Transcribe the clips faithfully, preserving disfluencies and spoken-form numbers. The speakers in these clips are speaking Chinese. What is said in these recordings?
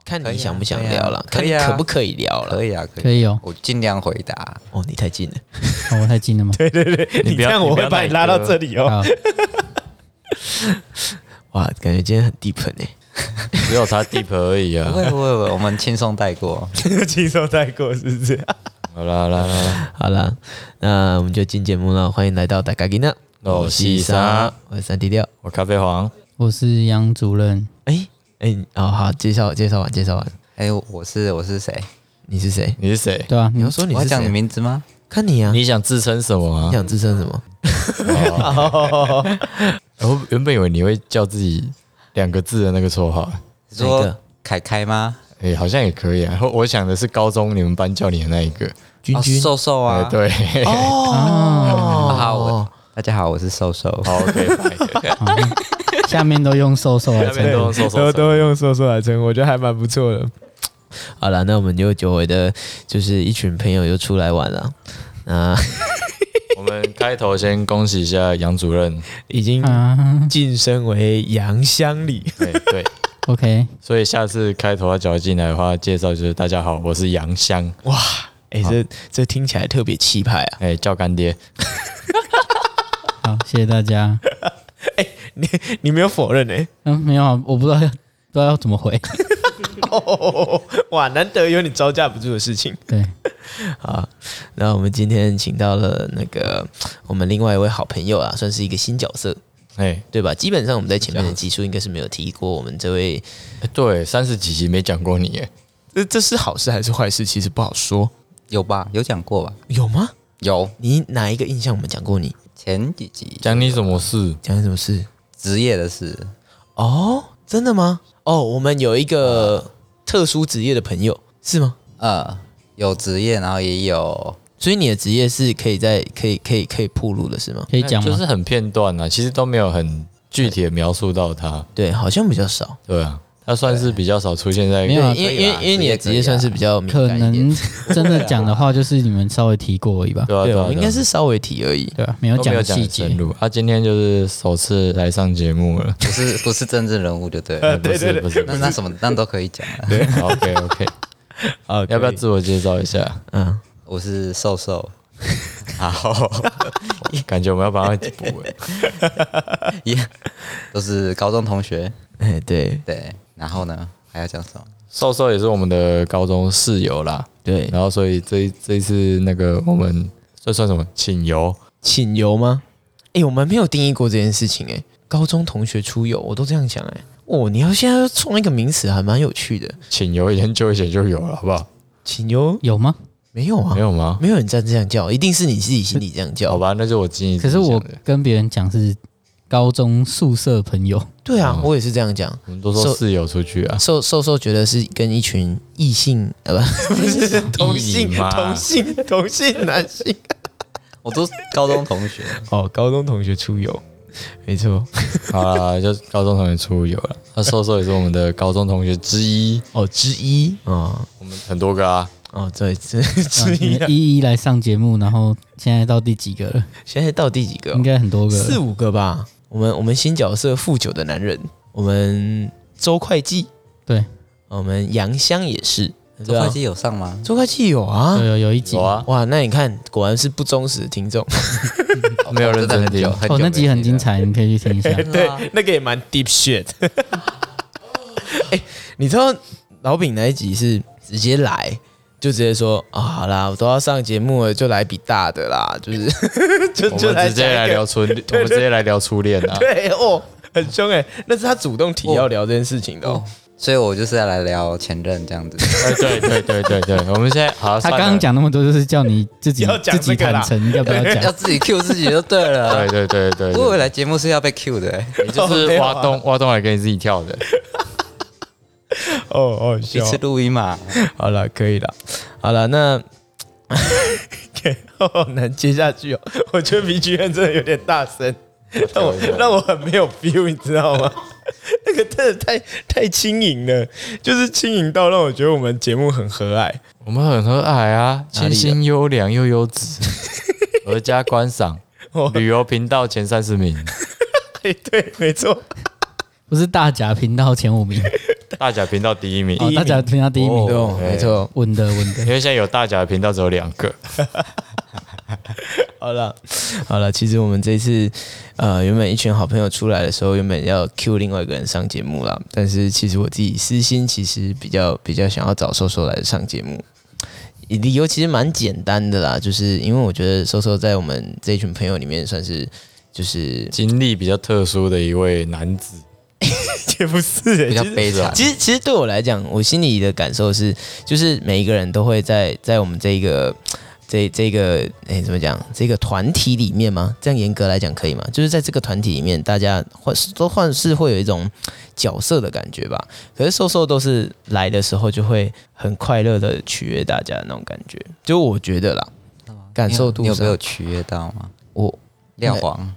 看你想不想聊了， 可以啊， 看你可不可以聊了。 可以啊，可以， 可以哦。 我尽量回答。 哦，你太近了， 哦、我太近了吗？ 对对对，你这样我会把你拉到这里哦。哇，感觉今天很 deep 哎、 欸，只有他 deep 而已啊。 不会不会不会，我们轻松带过， 轻松带过是不是？ 好啦好啦好啦， 好啦，那我们就进节目了，欢迎来到大家囡仔， 我是啥？ 我是三 D 六， 我咖啡黄， 我是杨主任。 哎哎，哦好，介绍介绍完介绍完。 哎、欸，我是我是谁？ 你是谁？ 你是谁？ 对啊， 你要说你是谁？ 我要讲你名字吗？ 看你啊， 你想自称什么啊？ 你想自称什么？ 哦、我原本以为你会叫自己两个字的那个绰号， 你说凯凯吗？ 哎、欸，好像也可以啊。我想的是高中你们班叫你的那一个君君、 哦、瘦瘦啊， 欸、对。 哦， 好，我大家好，我是瘦瘦。 好 ，OK， 下面都用瘦瘦来称， 下面都用瘦瘦， 都都会用瘦瘦来称，我觉得还蛮不错的。好了，那我们就久违的，就是一群朋友又出来玩了。那我们开头先恭喜一下杨主任， 已经晋升为杨乡里。 对对 ，OK。 所以下次开头要叫进来的话，介绍就是大家好，我是杨乡。 哇，哎、欸，这这听起来特别气派啊！ 哎、欸，叫干爹。 好，谢谢大家。 哎、欸，你你没有否认哎、欸？ 嗯，没有啊，我不知道要不知道要怎么回。 哦，哇，难得有你招架不住的事情。 对， 好，那我们今天请到了那个我们另外一位好朋友啊，算是一个新角色，哎、欸，对吧？基本上我们在前面的集数应该是没有提过我们这位， 欸、对，三十几集没讲过你，哎， 这这是好事还是坏事？其实不好说。 有吧？有讲过吧？ 有吗？ 有。 你哪一个印象我们讲过你？ 前几集讲你什么事？ 讲你什么事？ 职业的事。 哦，真的吗？哦，我们有一个特殊职业的朋友，是吗？ 呃，有职业，然后也有， 所以你的职业是可以在可以可以可以暴露的是吗？ 可以讲吗？ 就是很片段啊，其实都没有很具体的描述到他。 对，好像比较少。 对啊，他算是比较少出现在， 没有、啊， 因为因为因为你的职业算是比较敏感一点， 可能真的讲的话就是你们稍微提过而已吧。 对啊，对啊， 应该是稍微提而已， 对啊，没有讲细节。 他、啊、今天就是首次来上节目了， 不是不是政治人物就对了， 对对对， 不是， 那那什么那都可以讲了。 对 ，OK OK， 好，要不要自我介绍一下？ 嗯， 我是瘦瘦。 好，感觉我们要帮他补哎，yeah, 都是高中同学。 哎，对对，然后呢还要讲什么？ 瘦瘦也是我们的高中室友啦， 对， 然后所以这这一次那个我们这算什么？请游？ 请游吗？哎，我们没有定义过这件事情哎，高中同学出游，我都这样想哎。哦，你要现在创一个名词，还蛮有趣的。 请游研究一下就有了，好不好？ 请游有吗？ 没有啊， 没有吗？ 没有人在这样叫，一定是你自己心里这样叫。 好吧，那就我经历。 可是我跟别人讲是高中宿舍朋友。 对啊，嗯、我也是这样讲。 我们都说室友出去啊。 瘦瘦瘦觉得是跟一群异性呃不不是同性同性同性男性。 我都是高中同学哦，高中同学出游，没错。 好啦，就高中同学出游了。那瘦瘦也是我们的高中同学之一哦，之一啊、哦。 我们很多个啊。 哦，对，这之一、 啊、一一来上节目，然后现在到第几个了？ 现在到第几个、哦？ 应该很多个， 四五个吧。我们我们新角色富九的男人，我们周会计， 对， 我们杨香也是。 周会计有上吗？ 周会计有啊， 有有有一集有啊。 哇，那你看，果然是不忠实的听众， 没有认真听。 哦，那集很精彩，你可以去听一下。 对，那个也蛮 deep shit。哎，你知道老饼那一集是直接来。就直接说啊、哦，好啦，我都要上节目了，就来比大的啦，就是就就来直接来聊初，我们直接来聊初恋啊。 对哦，很凶哎、欸，那是他主动提要聊这件事情的、哦哦， 所以我就是要来聊前任这样子。 对对对对对，我们现在好。 他刚刚讲那么多，就是叫你自己自己坦诚，要不要讲？ 要自己 Q 自己就对了。 对对对对， 我以为来节目是要被 Q 的、欸， 你就是挖洞挖洞来给你自己跳的。 哦哦， 一次录音嘛， 好了，可以了，好了，那好难接下去哦。我觉得 B G M 真的有点大声，让我让我很没有 feel， 你知道吗？那个真的太太轻盈了，就是轻盈到让我觉得我们节目很和蔼。 我们很和蔼啊，清新优良又优质，合家观赏，旅游频道前三十名。 对对，没错。 不是大甲频道前五名， 大甲频道第一名， 哦，大甲频道第一名， 哦，没错， 稳的稳的。 因为现在有大甲的频道只有两个。 好了，好了，其实我们这次呃原本一群好朋友出来的时候，原本要 cue 另外一个人上节目啦，但是其实我自己私心其实比较比较想要找瘦瘦来上节目。理由其实蛮简单的啦，就是因为我觉得瘦瘦在我们这一群朋友里面算是就是经历比较特殊的一位男子， 也不是、欸、 比较悲惨。 其实其实对我来讲，我心里的感受是，就是每一个人都会在在我们这一个这这个哎、欸、怎么讲这个团体里面吗？这样严格来讲可以吗？就是在这个团体里面，大家或都算是会有一种角色的感觉吧。可是瘦瘦都是来的时候就会很快乐的取悦大家的那种感觉，就我觉得啦，感受度上你有没有取悦到吗？ 我廖皇，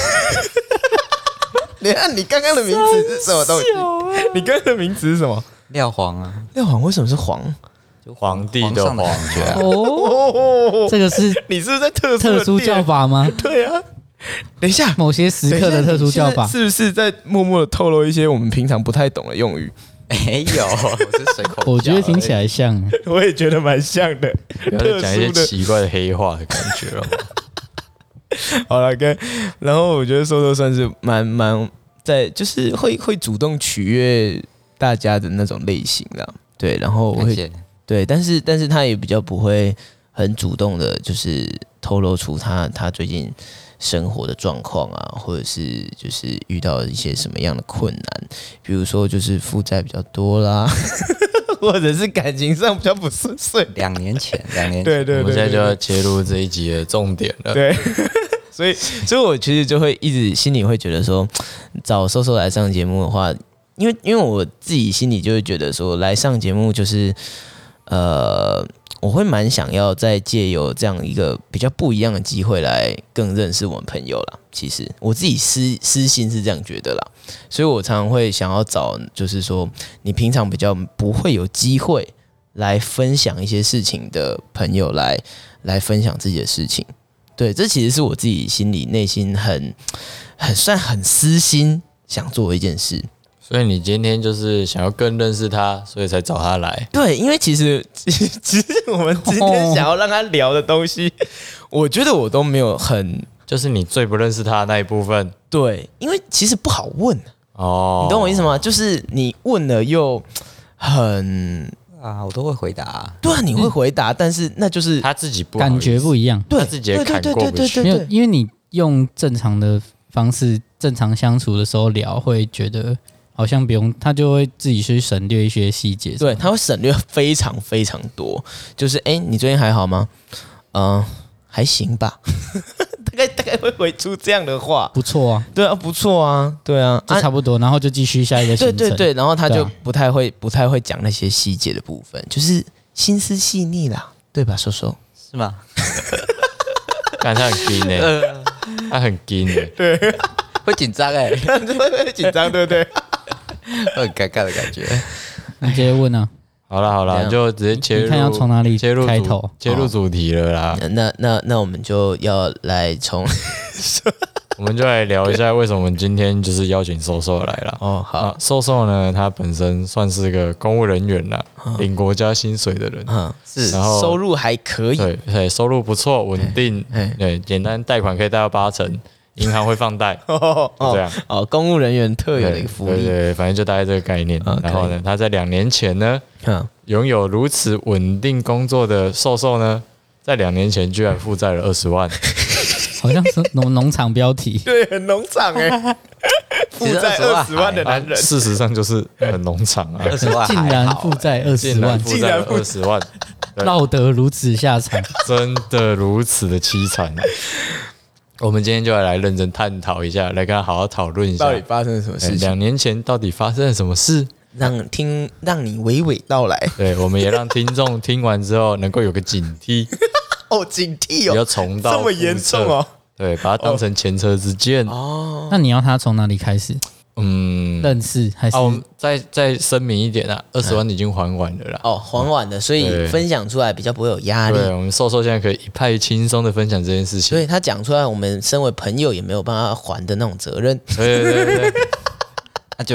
你看你刚刚的名字是什么东西？你刚刚的名字是什么？ 廖皇啊， 廖皇为什么是皇？ 就皇帝的皇上的皇感觉啊。 哦，这个是你是不是在特殊的特殊叫法吗？ 对啊，等一下， 某些时刻的特殊叫法等一下你现在是不是在默默的透露一些我们平常不太懂的用语？ 没有，我是随口。 我觉得听起来像。 我也觉得蛮像的， 不要再讲一些奇怪的黑话的感觉了。 好了，跟然后我觉得瘦瘦算是蛮蛮在，就是会会主动取悦大家的那种类型啦。对，然后我会感谢对，但是但是他也比较不会很主动的，就是透露出他他最近生活的状况啊，或者是就是遇到一些什么样的困难，比如说就是负债比较多啦，或者是感情上比较不顺遂。 两年前，两年前对对对我们现在就要对切入这一集的重点了。 对，所以所以我其实就会一直心里会觉得说，找瘦瘦来上节目的话，因为因为我自己心里就会觉得说，来上节目就是呃。我会蛮想要再借由这样一个比较不一样的机会来更认识我们朋友啦。其实我自己私私心是这样觉得啦，所以我常常会想要找，就是说你平常比较不会有机会来分享一些事情的朋友来来分享自己的事情。对，这其实是我自己心里内心很很算很私心想做的一件事。 所以你今天就是想要更认识他，所以才找他来。 对，因为其实其实我们今天想要让他聊的东西，我觉得我都没有很就是你最不认识他的那一部分对，因为其实不好问哦， 你懂我意思吗？就是你问了又很啊，我都会回答啊。 对啊，你会回答，但是那就是他自己不好意思感觉不一样。 对他自己也坎过不去。 没有，因为你用正常的方式、正常相处的时候聊，会觉得好像不用，他就会自己去省略一些细节。 对，他会省略非常非常多。就是哎，你最近还好吗？嗯、呃，还行吧。大概大概会回出这样的话。 不错啊， 对啊，不错啊，对啊， 就差不多，然后就继续下一个行程。 对对对，然后他就对啊不太会、不太会讲那些细节的部分，就是心思细腻啦，对吧，瘦瘦？ 是吗？ 看他很紧呢，他很紧呢。 对， 会紧张哎， 就会会紧张，对不对？ 会很尴尬的感觉。 你直接问啊， 好了好了， 怎样就直接切入， 你看要从哪里切入主开头切入主题了啦。 那那那我们就要来从我们就来聊一下为什么我们今天就是邀请瘦瘦来了。 哦好啊，瘦瘦呢，他本身算是个公务人员啦，领国家薪水的人， 嗯是然后收入还可以， 对对，收入不错，稳定哎哎， 对，简单贷款可以贷到八成，银行会放贷， 哦就这样。 哦，公务人员特有的一个福利， 对对对，反正就大概这个概念。 嗯然后呢， 可以他在两年前呢， 嗯， 拥有如此稳定工作的瘦瘦呢，在两年前居然负债了二十万。 好像是农农场标题。 对，很农场哎，负债二十万的男人， 事实上就是很农场啊， 二十万竟然还好负债二十万， 竟然负债了二十万，对落得如此下场。 真的如此的凄惨啊！我们今天就要来认真探讨一下，来跟他好好讨论一下到，底发生了什么哎事情？ 两年前到底发生了什么事？ 让听让你娓娓道来。 对，我们也让听众听完之后能够有个警惕， 哦，警惕不要哦， 重蹈这么严重哦。 对，把它当成前车之鉴。 哦， 那你要他从哪里开始嗯， 认识？还是啊，我们再再声明一点啊，二十万已经还完了啦。 哦，还完的，所以对分享出来比较不会有压力。 对，我们瘦瘦现在可以一派轻松的分享这件事情。 所以他讲出来，我们身为朋友也没有办法还的那种责任。 对对对对， 那就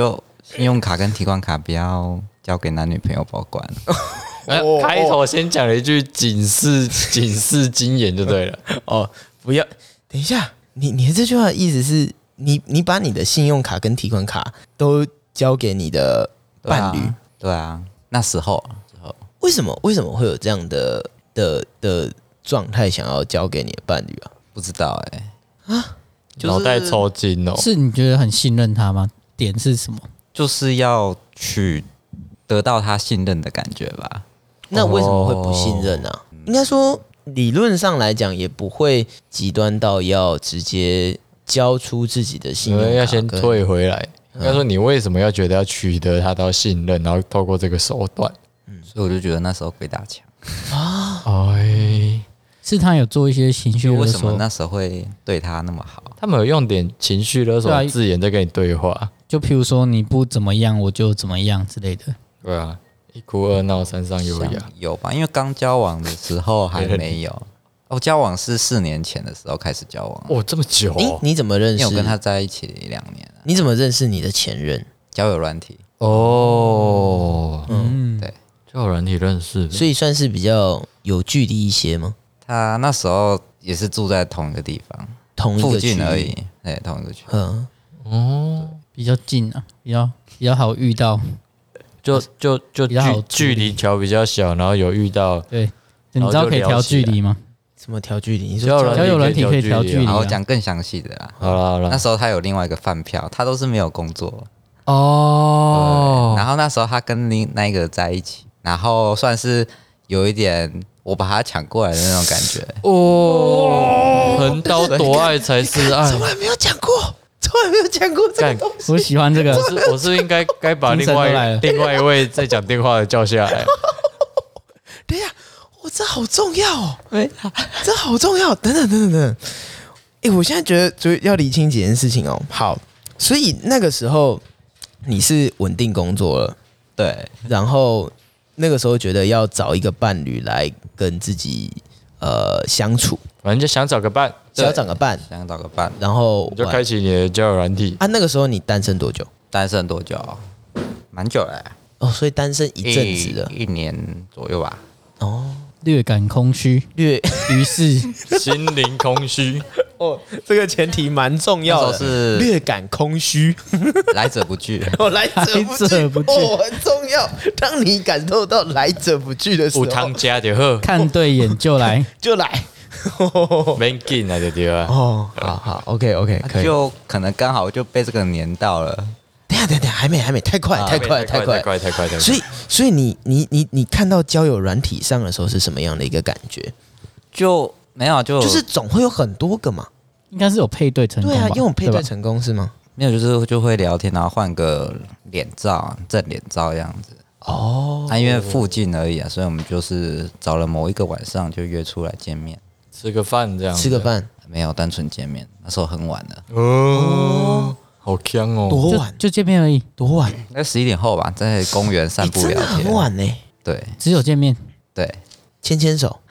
信用卡跟提款卡不要交给男女朋友保管。 哦、开头先讲了一句警示警示金言就对了。 哦，不要，等一下，你你这句话的意思是你你把你的信用卡跟提款卡都交给你的伴侣？ 对啊，对啊，那时候时候为什么为什么会有这样的的的状态想要交给你的伴侣啊？ 不知道哎、欸、啊， 脑袋抽筋哦。 是你觉得很信任他吗？点是什么？ 就是要去得到他信任的感觉吧。 那为什么会不信任啊？哦、应该说理论上来讲也不会极端到要直接交出自己的信用卡， 要先退回来。应该说你为什么要觉得要取得他的信任，然后透过这个手段？ 嗯，所以我就觉得那时候鬼打墙啊， 哎，是他有做一些情绪勒索， 为什么那时候会对他那么好？ 他们有用点情绪勒索的字眼在跟你对话，啊、 就譬如说你不怎么样我就怎么样之类的。 对啊，一哭二闹三上优雅有吧？因为刚交往的时候还没有。哦，交往是四年前的时候开始交往。 哦，这么久、哦？ 你怎么认识？ 因为我跟他在一起两年了。 你怎么认识你的前任？ 交友软体。 哦， 嗯，对， 交友软体认识， 所以算是比较有距离一些吗？ 他那时候也是住在同一个地方， 同一个附近而已，对，同一个区。 嗯， 哦，比较近啊，比较比较好遇到， 就就就距距离调比较小，然后有遇到。 对，你知道可以调距离吗？ 什么调距离？你说交友软体可以调距离、啊。 好，我讲更详细的啦。 好了好了， 那时候他有另外一个饭票，他都是没有工作。 哦。 然后那时候他跟另那一个在一起，然后算是有一点我把他抢过来的那种感觉。 哦，横刀夺爱才是爱， 从来没有讲过，从来没有讲过这个东西。 我喜欢这个， 我是我是应该该把另外另外一位在讲电话的叫下来。 等一下。哇，这好重要哦！这好重要。等等等等等，哎，我现在觉得就要理清几件事情哦。好，所以那个时候你是稳定工作了， 对， 然后那个时候觉得要找一个伴侣来跟自己呃相处， 反正就想找个伴， 想找个伴， 想找个伴， 然后你就开启你的交友软体啊。那个时候你单身多久？ 单身多久？蛮久了、欸、 哦，所以单身一阵子了， 一年左右吧。 哦。 略感空虚， 略于是心灵空虚。 哦，这个前提蛮重要的， 是略感空虚， 来者不拒。 哦，来者不拒， 不拒哦，很重要。当你感受到来者不拒的时候， 有汤加就好， 看对眼就来， 就来， 没劲啊，就对啊。 哦，好好 ，OK OK，可以。 就可能刚好就被这个黏到了。 等一下等一下，还没还没，太快太快太快太快太快太快。 所以所以你你你你看到交友软体上的时候是什么样的一个感觉？ 就没有就就是总会有很多个嘛， 应该是有配对成功吧？ 对啊，因为我配对吧成功是吗？ 没有，就是就会聊天，然后换个脸照，正脸照这样子。 哦， 啊，因为附近而已啊，所以我们就是找了某一个晚上就约出来见面， 吃个饭这样， 吃个饭， 没有单纯见面，那时候很晚了。 哦，好香哦， 多晚就就见面而已， 多晚？ 在十一点后吧，在公园散步聊天， 欸真的很晚呢。 对只有见面。 对， 牵牵手。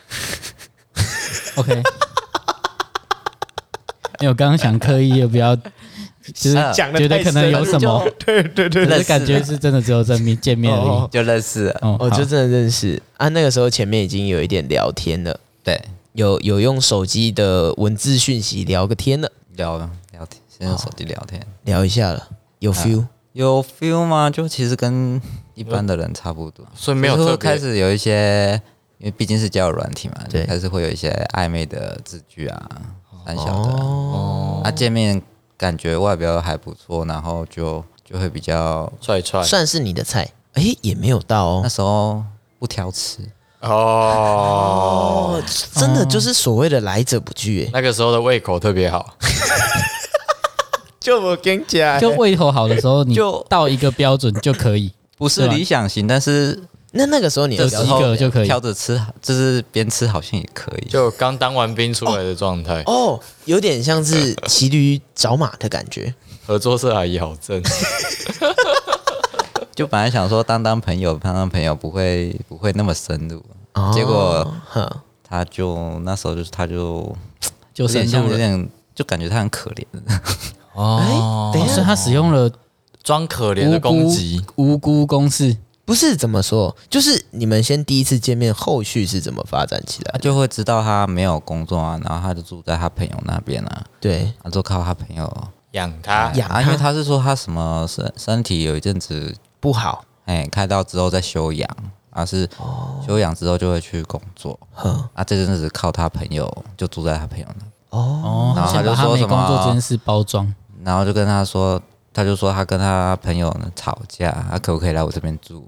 OK，没有，刚刚想刻意要不要，就是讲得觉得可能有什么， 对对对可是感觉是真的只有正面见面而已。 就认识了。 哦， 哦， 好就真的认识啊。那个时候前面已经有一点聊天了， 对， 有有用手机的文字讯息聊个天了， 聊聊天，先用手机聊天， 聊一下了，有 feel。 有 feel 吗？就其实跟一般的人差不多， 所以没有就是特别开始有一些，因为毕竟是交友软体嘛， 对就开始会有一些暧昧的字句啊，三小的， 哦， 啊，见面感觉外表还不错，然后就就会比较， 踹踹算是你的菜，哎，也没有到哦。 那时候不挑吃， 哦， 哦，真的就是所谓的来者不拒，哎， 那个时候的胃口特别好。 就我跟你讲， 就胃口好的时候，你就到一个标准就可以， 不是理想型，但是那那个时候你的这时候一个就可以挑着吃，就是边吃好像也可以， 就刚当完兵出来的状态， 哦，有点像是骑驴找马的感觉。 合作社阿姨好正。 就本来想说当当朋友，当当朋友不会不会那么深入， 哦结果哼他就那时候就是他就有就深点像入了。 有点就感觉他很可怜。 哦， 等一下所以他使用了装可怜的攻击， 无辜公事。 不是怎么说，就是你们先第一次见面，后续是怎么发展起来的？ 他就会知道他没有工作啊，然后他就住在他朋友那边啊， 对， 他就靠他朋友养他， 养啊，因为他是说他什么身身体有一阵子不好， 哎开刀之后再休养，啊是休养之后就会去工作， 哼， 啊这阵子靠他朋友就住在他朋友那， 哦， 哦， 然后他先把他没就说什么工作这件事包装。 然后就跟他说，他就说他跟他朋友呢吵架，他可不可以来我这边住？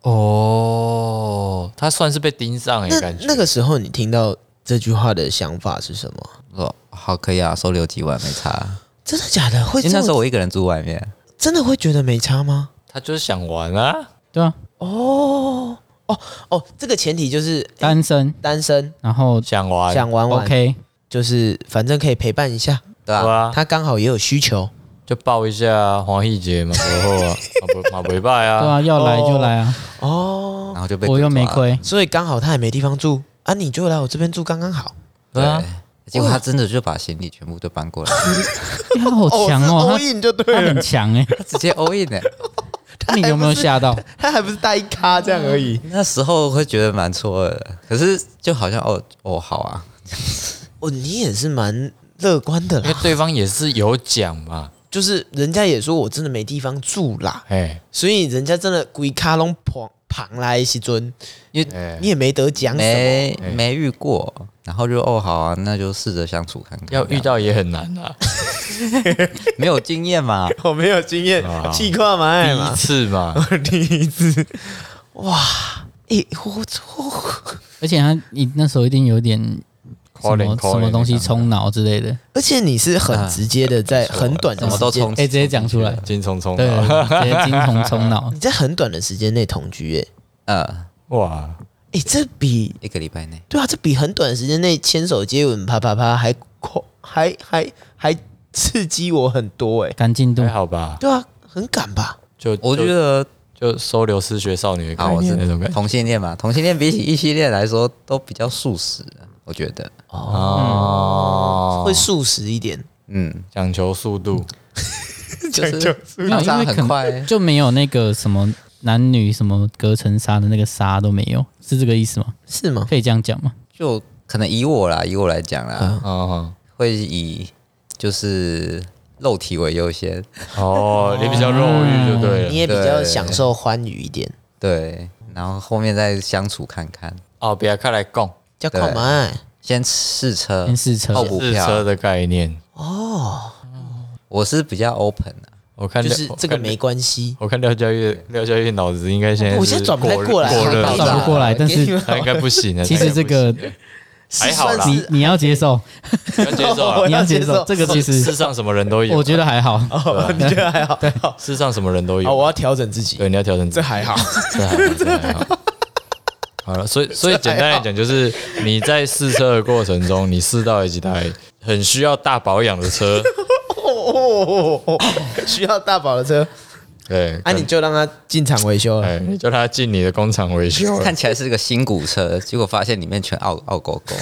哦，他算是被盯上哎， 那感觉那个时候你听到这句话的想法是什么？ 我说好可以啊，收留几万没差。 真的假的？会因为那时这么候我一个人住外面， 真的会觉得没差吗？ 他就是想玩啊， 对啊， 哦哦哦，这个前提就是单身， 单身， 然后想玩， 想玩玩 OK， 就是反正可以陪伴一下， 对吧？ 对啊， 他刚好也有需求。 就抱一下黄奕杰嘛，然后啊，马不马不拜啊， 对啊，要来就来啊， 哦， 然后就被我又没抓了， 亏。 所以刚好他也没地方住啊，你就来我这边住刚刚好。 对对啊， 结果他真的就把行李全部都搬过来， 他好强哦， 印就他他很强哎， 直接 all in 哎。 你有没有吓到？ 他还不是带一咖这样而已。 那时候会觉得蛮错愕的，可是就好像哦哦好啊， 哦，你也是蛮乐观的因为啦， 对方也是有讲嘛， 就是人家也说我真的没地方住啦， 哎所以人家真的规卡拢旁旁来的时阵，因为哎你，也没得讲什么。 没没遇过，然后就哦好啊，那就试着相处看看。 要遇到也很难啊， 没有经验嘛， 我没有经验啊， 气跨嘛爱第一嘛， 次嘛， 第一次，哇，诶，我我而且他你那时候一定有点什么可怜可怜什么东西冲脑之类的， 而且你是很直接的，在很短的时间什么都冲， 哎，直接讲出来， 金冲冲对， 啊， 直接精虫冲脑你。在很短的时间内同居，诶， 呃， 哇， 诶，这比一个礼拜内， 对啊，这比很短的时间内牵手接吻啪啪啪还快，还还还刺激我很多，诶， 赶进度还，好吧， 对啊，很赶吧？ 就我觉得得就收留失学少女的啊， 概我是念那种感觉同性恋嘛，同性恋比起异性恋来说都比较速食，我觉得， 哦， 会速食一点， 嗯， 讲求速度， 就是没有马上因为可能很快， 就没有那个什么男女什么隔层纱的那个纱都没有，是这个意思吗？ 是吗？ 可以这样讲吗？ 就可能以我啦，以我来讲啦， 哦会以就是肉体为优先， 哦，你比较肉欲就对了， 你也比较对享受欢愉一点， 对，然后后面再相处看看， 哦，别开来供叫靠嘛？ 先试车， 先试车后补票试车的概念， 哦， 我是比较 open 的、 我看就是这个我看没关系。 我看廖佳玉，廖佳玉脑子应该现在是我现在转不太过来过热好转不过来，但是他应该不行了。 其实这个还好啦， 你你要接受， 你要接受啊我你要接接受受，这个其世实上什么人都有， 我觉得还好。 哦，你觉得还好？ 世上什么人都好， 有。 我要调整自己。 对，你要调整自己， 这还好。 这还好，这还好。好了，所以所以简单来讲，就是你在试车的过程中，你试到一几台很需要大保养的车， 哦，需要大宝的车， 对， 啊，你就让他进厂维修了。 哎，你叫他进你的工厂维修了看起来是个新古车，结果发现里面全凹凹勾勾。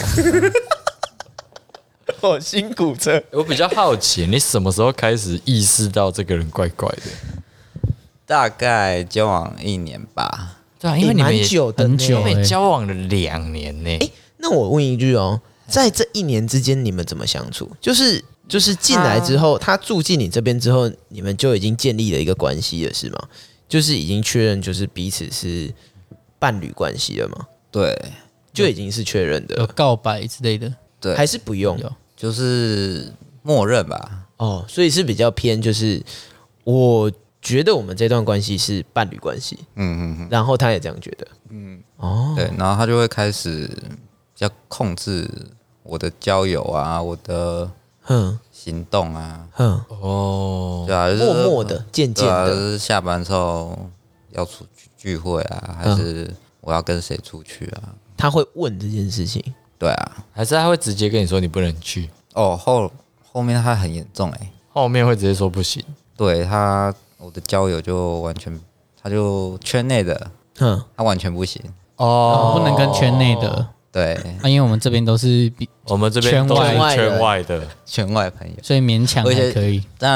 哦，新古车。 我比较好奇，你什么时候开始意识到这个人怪怪的？ 大概交往一年吧， 对啊， 欸蛮久的呢， 很久因为欸交往了两年呢。 哎，那我问一句哦，在这一年之间，你们怎么相处？就是就是进来之后，他住进你这边之后，你们就已经建立了一个关系了，是吗？就是已经确认，就是彼此是伴侣关系了吗？ 对就已经是确认的有了， 告白之类的， 对， 还是不用？ 有就是默认吧。 哦，所以是比较偏，就是我觉得我们这段关系是伴侣关系， 嗯嗯嗯， 然后他也这样觉得，嗯，哦， 对，然后他就会开始比较控制我的交友啊，我的哼行动啊， 哼， 哦， 对啊，就是默默的、渐渐对啊，就的， 是下班之后要出去聚会啊，还是我要跟谁出去啊？ 他会问这件事情， 对啊， 还是他会直接跟你说你不能去， 哦后后面他很严重哎、 后面会直接说不行。 对他我的交友就完全，他就圈内的哼， 他完全不行， 哦，不能跟圈内的， 对啊，因为我们这边都是比， 我们这边都是圈外圈外的， 圈外朋友， 所以勉强而且还可以。 当然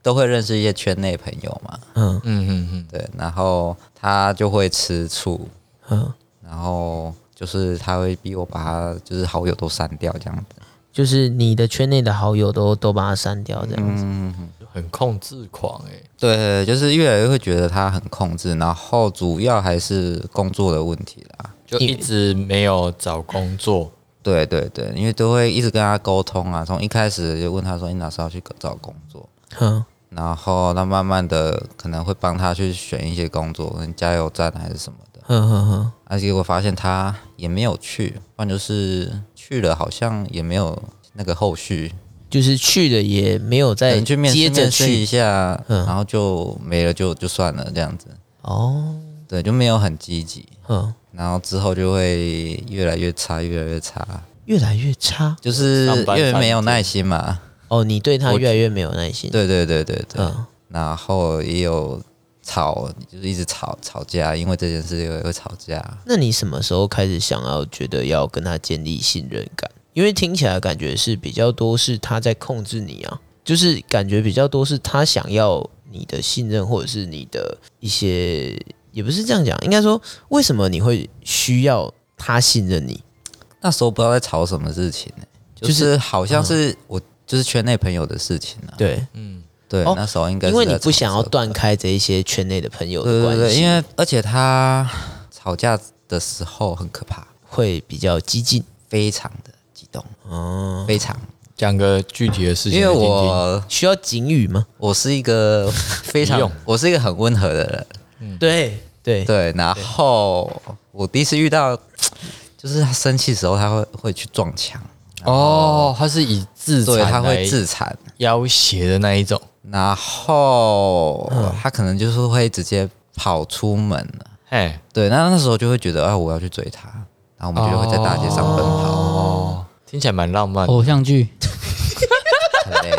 都会认识一些圈内朋友嘛， 嗯嗯嗯嗯， 对，然后他就会吃醋， 嗯， 然后就是他会逼我把他就是好友都删掉这样子。 就是你的圈内的好友都都把它删掉这样子。 嗯， 很控制狂哎、欸。 对，就是越来越会觉得他很控制，然后主要还是工作的问题啦。 就一直没有找工作。 对对对，因为都会一直跟他沟通啊，从一开始就问他说你哪时候要去找工作， 嗯然后他慢慢的可能会帮他去选一些工作，可能加油站还是什么的， 哼哼哼， 啊，结果发现他也没有去，不然就是去了好像也没有那个后续， 就是去了也没有可再能去面试接着面试一去。 下， 嗯然后就没了就就算了这样子， 哦， 对，就没有很积极， 嗯， 然后之后就会越来越差，越来越差， 越来越差。 就是上班越没有三天耐心嘛。 哦，你对他越来越没有耐心。， 对对对对对， 嗯然后也有吵，就是一直吵吵架，因为这件事也会吵架。 那你什么时候开始想要觉得要跟他建立信任感？因为听起来感觉是比较多是他在控制你啊，就是感觉比较多是他想要你的信任，或者是你的一些，也不是这样讲，应该说为什么你会需要他信任你？ 那时候不知道在吵什么事情呢、就就是是好像是我就是圈内朋友的事情啊。 对， 嗯， 对， 哦那时候应该是因为你在吵不想要这个断开这一些圈内的朋友对对对， 的关系， 因为而且他吵架的时候很可怕， 会比较激进。 非常的激动， 哦， 非常。 讲个具体的事情因为来听听。 我需要警语吗？ 我是一个非常不用， 我是一个很温和的人， 对对对。然后我第一次遇到，就是他生气的时候，他会会去撞墙， 哦，他是以自对， 残他会来自残， 要挟的那一种。 然后他可能就是会直接跑出门了。 哎， 对，那那时候就会觉得啊，我要去追他，然后我们就会在大街上奔跑， 哦，听起来蛮浪漫的。 偶像剧， 很累。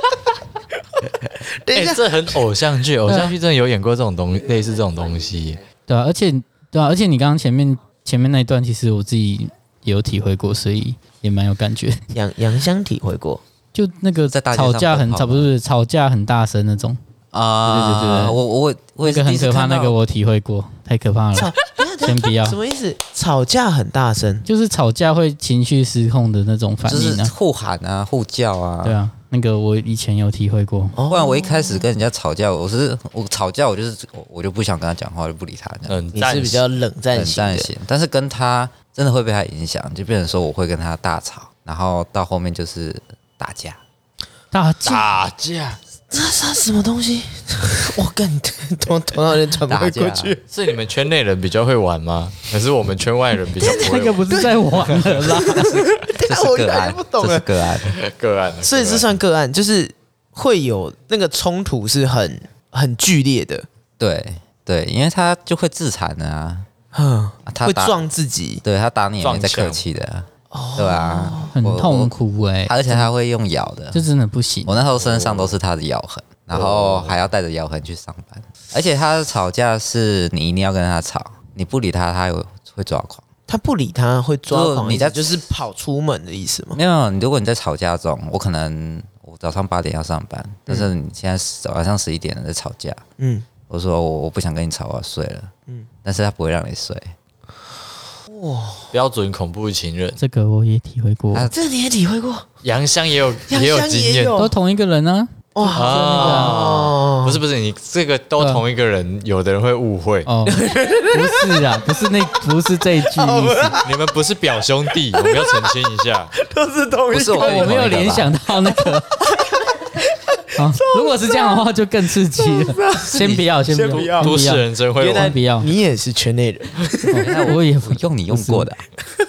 哎、这很偶像剧，偶像剧真的有演过这种东类似这种东西。 对啊，而且对啊，而且你刚刚前面前面那一段，其实我自己也有体会过，所以也蛮有感觉。 杨杨香体会过， 就那个在大街上吵架很奔跑吵，不是不是吵架很大声那种， 啊， 对对对对我我我也是那个很可怕， 第一次看到那个我体会过，太可怕了，先不要。 什么意思？吵架很大声， 就是吵架会情绪失控的那种反就是应啊， 互喊啊、互叫啊。 对啊，那个我以前有体会过。 不然我一开始跟人家吵架，我是我吵架，我就是我我就不想跟他讲话，就不理他这样， 嗯， 你是比较冷战冷型的。 战型。但是跟他真的会被他影响，就变成说我会跟他大吵，然后到后面就是打架。 大架打架， 这是什么东西？我干，头头脑有点转不过打架去。 是你们圈内人比较会玩吗？还是我们圈外人比较不会玩？ 那个不是在玩了啦， 这是我越来越个案， 不懂了这是个案。 个案， 所以这算个案，就是会有那个冲突是很很剧烈的， 对对，因为他就会自残的啊， 哼， 他打会撞自己。 对他打你也没在撞墙客气的啊，对啊， 很我痛苦哎、 而且他会用咬的， 这真的不行。 我那时候身上都是他的咬痕，然后还要带着咬痕去上班。而且他吵架是你一定要跟他吵，你不理他，他有会抓狂。 他不理他会抓狂， 如果你在你就是跑出门的意思吗？ 没有，你如果你在吵架中，我可能我早上八点要上班，但是你现在晚上十一点了在吵架， 嗯， 我说我我不想跟你吵，我要睡了，嗯，但是他不会让你睡， 标准恐怖情人。 这个我也体会过， 他这你也体会过？ 杨香也有杨也有香经验， 也有都同一个人啊。 哇， 哦，不是不是，你这个都同一个人，有的人会误会， 哦，不是啊，不是那不是这一句意思。 你们不是表兄弟，我们要澄清一下。 都是同不是我哦，我没有跟你同一个吧联想到那个。啊，如果是这样的话，就更刺激了。先不要，先不要， 先不要都市人真会原来玩。 不要你也是圈内人， 哦我也不用你用过的啊，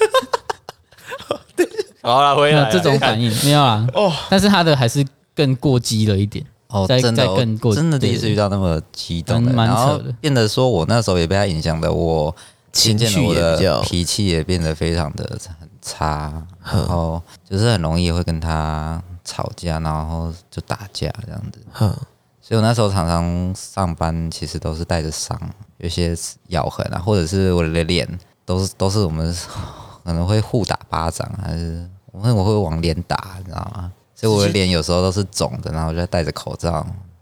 好了，回来了没有这种反应没有啦。 哦但是他的还是更过激了一点。 哦， 再真的再更过我真的第一对次遇到那么激动的， 蛮蛮然后扯的变得说我那时候也被他影响的，我渐渐的我情绪也比较的脾气也变得非常的很差，然后就是很容易会跟他吵架，然后就打架这样子。 哼， 所以我那时候常常上班，其实都是带着伤，有一些咬痕啊，或者是我的脸都是都是我们可能会互打巴掌，还是我会我会往脸打，你知道吗？所以我的脸有时候都是肿的，然后我就戴着口罩，然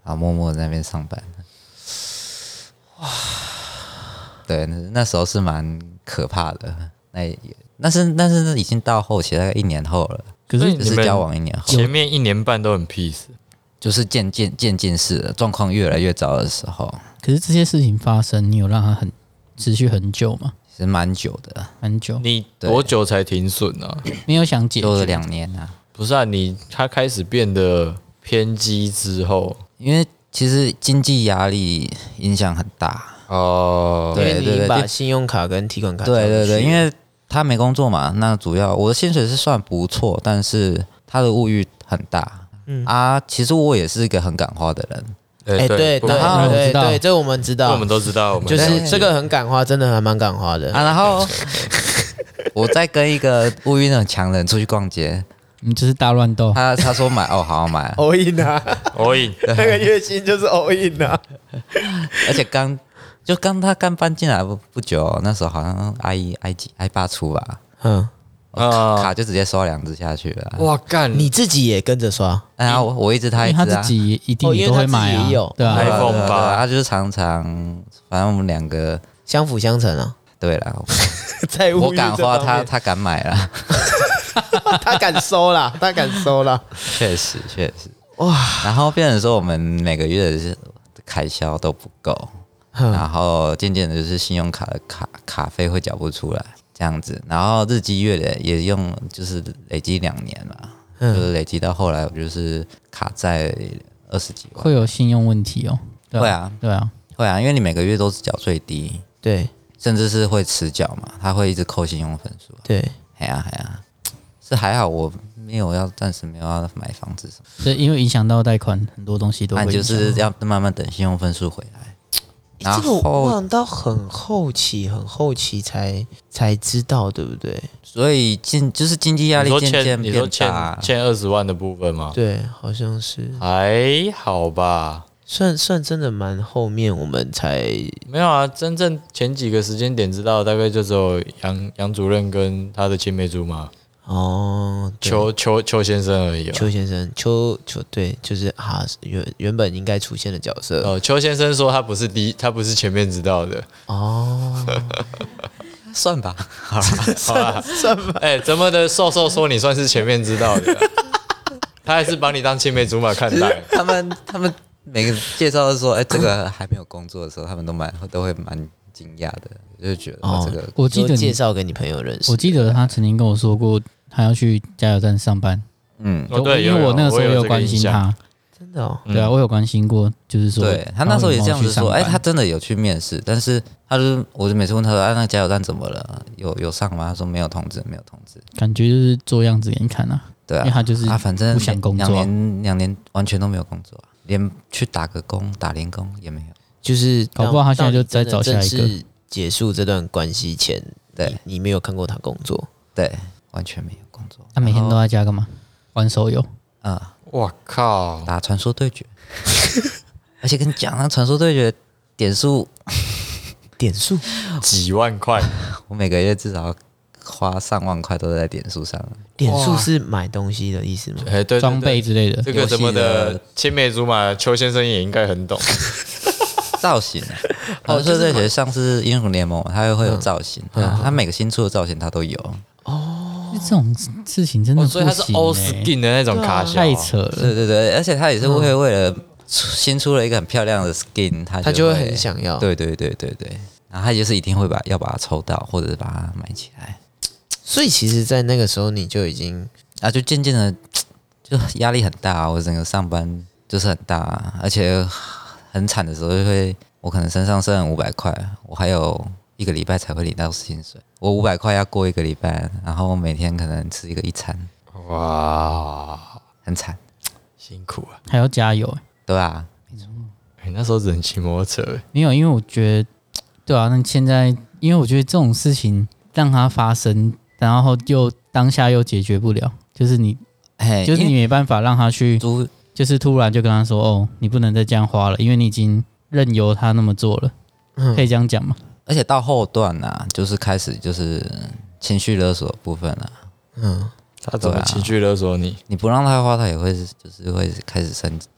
然后默默在那边上班。哇，对，那时候是蛮可怕的。那也，但是但是那已经到后期，大概一年后了。 可是就是交往一年后， 前面一年半都很 peace， 就是渐渐渐进式的状况越来越糟的时候。 可是这些事情发生，你有让它很持续很久吗？ 其实蛮久的， 蛮久。 你多久才停损啊？ 没有想解决， 做了两年啊。 不是啊，你他开始变得偏激之后， 因为其实经济压力影响很大哦， 因为你已经对对对把信用卡跟提款卡对对对， 交出去因为他没工作嘛，那主要我的薪水是算不错，但是他的物欲很大。嗯啊，其实我也是一个很敢花的人。 哎、对对不对然后对知道对，这我们知道， 这我们都知道，我们就是这个很敢花，真的还蛮敢花的。 啊，然后我在跟一个物欲很强的人出去逛街， 你就是大乱斗。 他他说买哦，好好买啊， all in 啊， all in， 那个月薪就是 all in 啊。 而且刚就刚他刚搬进来不不久，那时候好像 i i 几 i 八出吧， 嗯， 卡卡就直接刷两只下去了。 哇干， 你自己也跟着刷然后我我一直他一因为只啊， 他自己一定哦因为他也都会买啊自己也有， 对啊， iPhone 对啊对啊吧他就是常常，反正我们两个相辅相成啊。 对了， 在物欲我敢花， 这方面他他敢买了， 他敢收啦，他敢收啦。 确实确实哇。然后变成说我们每个月的开销都不够，然后渐渐的就是信用卡的卡卡费会缴不出来这样子，然后日积月累也用就是累积两年嘛，就是累积到后来我就是卡在二十几万。 会有信用问题哦。对会啊， 对啊， 会啊，因为你每个月都是缴最低， 对甚至是会迟缴嘛，他会一直扣信用分数。 对， 哎呀哎呀，是还好我没有要暂时没有要买房子什么， 所以因为影响到贷款，很多东西都会那就影响。 是要慢慢等信用分数回来。然这个我后忘到很后期，很后期才才知道，对不对？ 所以经就是经济压力你说欠渐渐你说变大欠，欠二十万的部分吗？ 对，好像是， 还好吧， 算算真的蛮后面我们才没有啊，真正前几个时间点知道，大概就只有杨杨主任跟他的青梅竹马哦，对邱邱邱先生而已、哦。 邱先生，邱邱对，就是啊，原原本应该出现的角色哦，邱先生说他不是第一，他不是前面知道的。 哦， 算吧，好了， 好吧，算吧。哎、怎么的？瘦瘦说你算是前面知道的啊、他还是把你当青梅竹马看待。 他们他们每个介绍都说，哎、这个还没有工作的时候，他们都蛮都会蛮惊讶的，就觉得、 哦这个就我记得你， 介绍给你朋友认识， 我记得他曾经跟我说过，他要去加油站上班。 嗯， 哦对因为有我那个时候有也有关心这个印象他， 真的哦， 对啊，我有关心过，就是说， 对他那时候也这样子说，哎、 哎， 他真的有去面试，但是他就我就每次问他说，哎、那加油站怎么了？有有上吗？他说没有通知，没有通知。 感觉就是做样子给你看啊。 对啊， 因为他就是啊，反正不想工作两年两年完全都没有工作、啊，连去打个工打零工也没有。 就是搞不好他现在就在找下一个正式结束这段关系前， 对你你没有看过他工作， 对，完全没有工作。 他每天都在家干嘛？玩手游。 啊、 我靠！ 打传说对决，而且跟你讲，那传说对决点数， 点数几万块， 我每个月至少花上万块都在点数上。 点数是买东西的意思吗？ 哎、对对对装备之类的。 这个什么游戏的的青梅竹马，邱先生也应该很懂。 造型、啊，传说对决上次英雄联盟，它会有造型，它它每个新出的造型它都有。 这种事情真的哦， 不行、欸所以他是 all skin 的那种卡小， 太扯了。 对对对，而且它也是会为了新出了一个很漂亮的 skin，它他就会很想要。 对对对对对，然后他就是一定会把要把它抽到，或者是把它买起来。 所以其实，在那个时候你就已经啊，就渐渐的就压力很大，我整个上班就是很大，而且很惨的时候就会，我可能身上剩五百块，我还有一个礼拜才会领到薪水，我五百块要过一个礼拜，然后每天可能吃一个一餐， 哇， 很惨， 辛苦啊！ 还要加油、欸。 对吧？ 哎、那时候只能骑摩托车、欸， 没有，因为我觉得，对啊，那现在，因为我觉得这种事情让它发生，然后又当下又解决不了，就是你， 哎， 就是你因为没办法让他去， 租就是突然就跟他说，哦，你不能再这样花了，因为你已经任由他那么做了，可以这样讲吗？ 而且到后段啊，就是开始就是情绪勒索的部分啊， 嗯， 他怎么情绪勒索你？ 你不让他花，他也会就是会开始生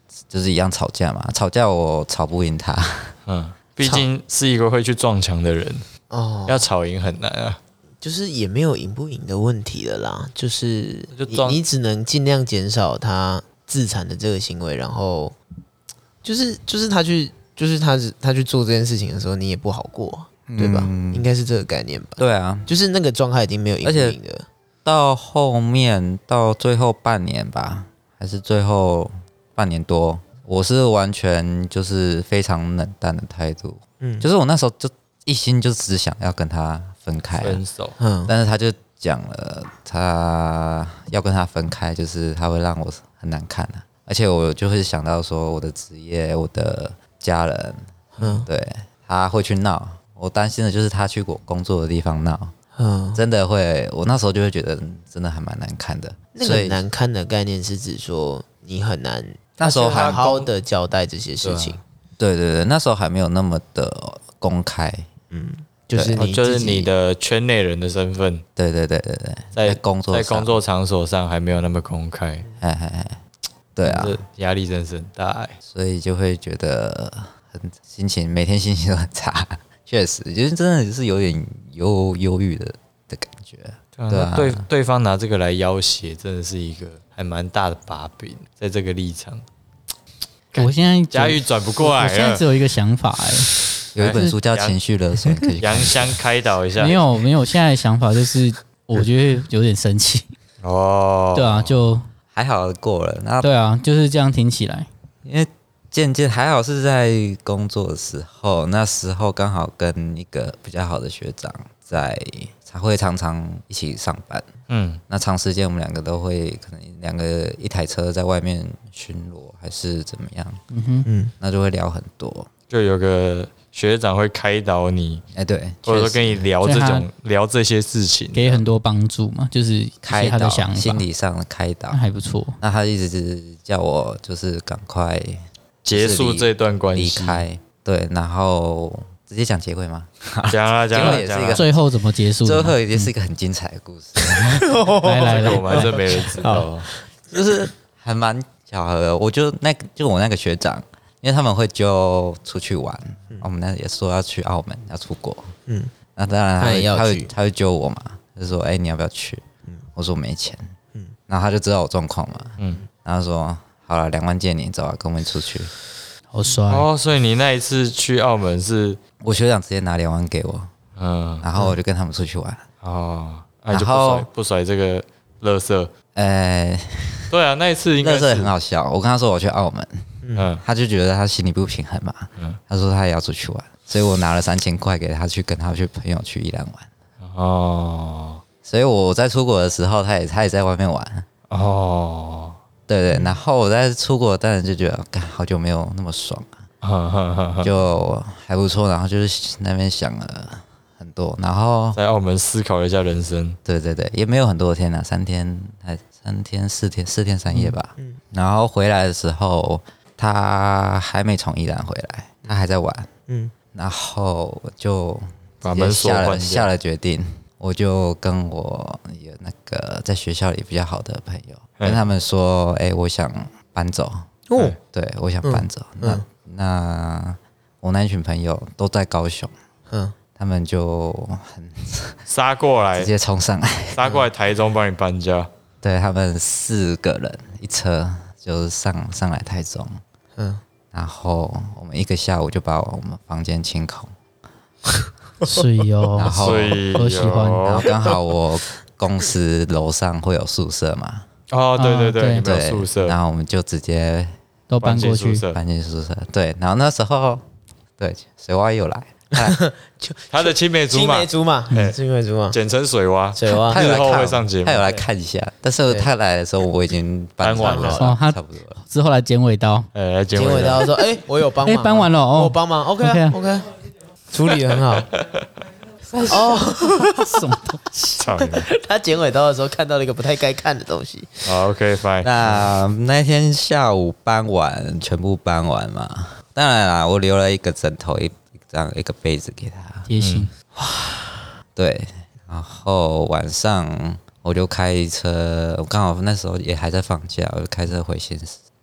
就是一样吵架嘛，吵架我吵不赢他。 嗯，毕竟是一个会去撞墙的人， 哦， 要吵赢很难啊。 就是也没有赢不赢的问题了啦，就是你就装你只能尽量减少他自残的这个行为，然后就是就是他去就是他他去做这件事情的时候，你也不好过，对吧？ 嗯应该是这个概念吧？ 对啊， 就是那个状态已经没有赢不赢的。 到后面到最后半年吧，还是最后半年多，我是完全就是非常冷淡的态度。嗯，就是我那时候就一心就只想要跟他分开、啊， 分手。 嗯， 但是他就讲了，他要跟他分开，就是他会让我很难看啊。而且我就会想到说，我的职业，我的家人，嗯，对，他会去闹。我担心的就是他去我工作的地方闹。嗯，真的会，我那时候就会觉得真的还蛮难看的。 那个难看的概念是指说你很难那时候好好的交代这些事情。 对对对，那时候还没有那么的公开。嗯， 就是你、 哦、就是你的圈内人的身份。 对对对对对， 在在工作在工作场所上还没有那么公开。 哎哎哎，对啊， 压力真是很大哎， 所以就会觉得很心情每天心情都很差。确实，就是真的是有点忧忧郁的的感觉， 对啊，对对方拿这个来要挟，真的是一个还蛮大的把柄，在这个立场， 我现在佳玉转不过来了。 我现在只有一个想法哎、 欸，有一本书叫《情绪勒索》，可以杨香开导一下。 没有没有，现在的想法就是我觉得有点生气。 哦， 对啊，就还好过了。那对啊，就是这样听起来， 因为。渐渐还好是在工作的时候，那时候刚好跟一个比较好的学长在，才会常常一起上班。嗯，那长时间我们两个都会可能两个一台车在外面巡逻还是怎么样，嗯哼，嗯，那就会聊很多， 就有个学长会开导你， 哎、欸，对， 或者说跟你聊这种聊这些事情， 给很多帮助嘛，就是开他的想法， 心理上的开导还不错。 那他一直是叫我就是赶快。 结束这段关系， 离开，对，然后直接讲结尾吗？ 讲啊讲啊讲啊， 最后怎么结束？ 最后也是一个很精彩的故事。 来来来， 我们这没人知道， 就是还蛮巧合的。我就那就我那个学长，因为他们会就出去玩，嗯、我们那也说要去澳门，要出国，嗯，那当然他会他会他会揪我嘛，就说哎、欸、你要不要去？嗯、我说没钱，嗯，然后他就知道我状况嘛，嗯，然后说。好了，两万借你，走啊，跟我们出去。 好帅哦！所以你那一次去澳门是， 我学长直接拿两万给我， 嗯， 然后我就跟他们出去玩。 哦，然后不甩这个垃圾， 呃， 对啊，那一次应该垃圾很好笑。我跟他说我去澳门，嗯，他就觉得他心里不平衡嘛，嗯，他说他也要出去玩，所以我拿了三千块给他去跟他去朋友去宜兰玩。哦，所以我在出国的时候，他也他也在外面玩。哦。对对，然后我在出国，当然就觉得，干好久没有那么爽了，就还不错。然后就是那边想了很多，然后在澳门思考了一下人生。 对对对，也没有很多天啊，三天还三天四天四天三夜吧。嗯，然后回来的时候，他还没从宜兰回来，他还在玩。嗯，然后就把门锁下了下了决定。我就跟我有那个在学校里比较好的朋友，跟他们说，哎、欸，我想搬走。哦，对，我想搬走。嗯、那那我那一群朋友都在高雄，嗯，他们就很杀过来， 直接冲上来， 杀过来台中帮你搬家。 对他们四个人一车就上上来台中，嗯，然后我们一个下午就把我们房间清空。 是哟， 然后我喜欢， 然后刚好我公司楼上会有宿舍嘛， 哦，对对对， 啊、 对有宿舍， 然后我们就直接都搬过去， 搬进宿舍，对，然后那时候对水蛙又来， 他的青梅竹马， 青梅竹马，青梅竹马， 简称水蛙， 水蛙， 他有来看， 会上节目， 他有来看一下，但是他来的时候我已经搬完了， 哦，他差不多了， 之后来剪尾刀， 哎，来剪尾刀说，哎，我有帮忙， 哎，搬完了哦， 我帮忙 ，OK OK。处理得很好哦， 什么东西？ 他剪尾刀的时候看到了一个不太该看的东西。 好 ，OK fine。 那那天下午搬完，全部搬完嘛。当然啦，我留了一个枕头，一张一个被子给他， 贴心。 哇，对。然后晚上我就开车，我刚好那时候也还在放假，我就开车回新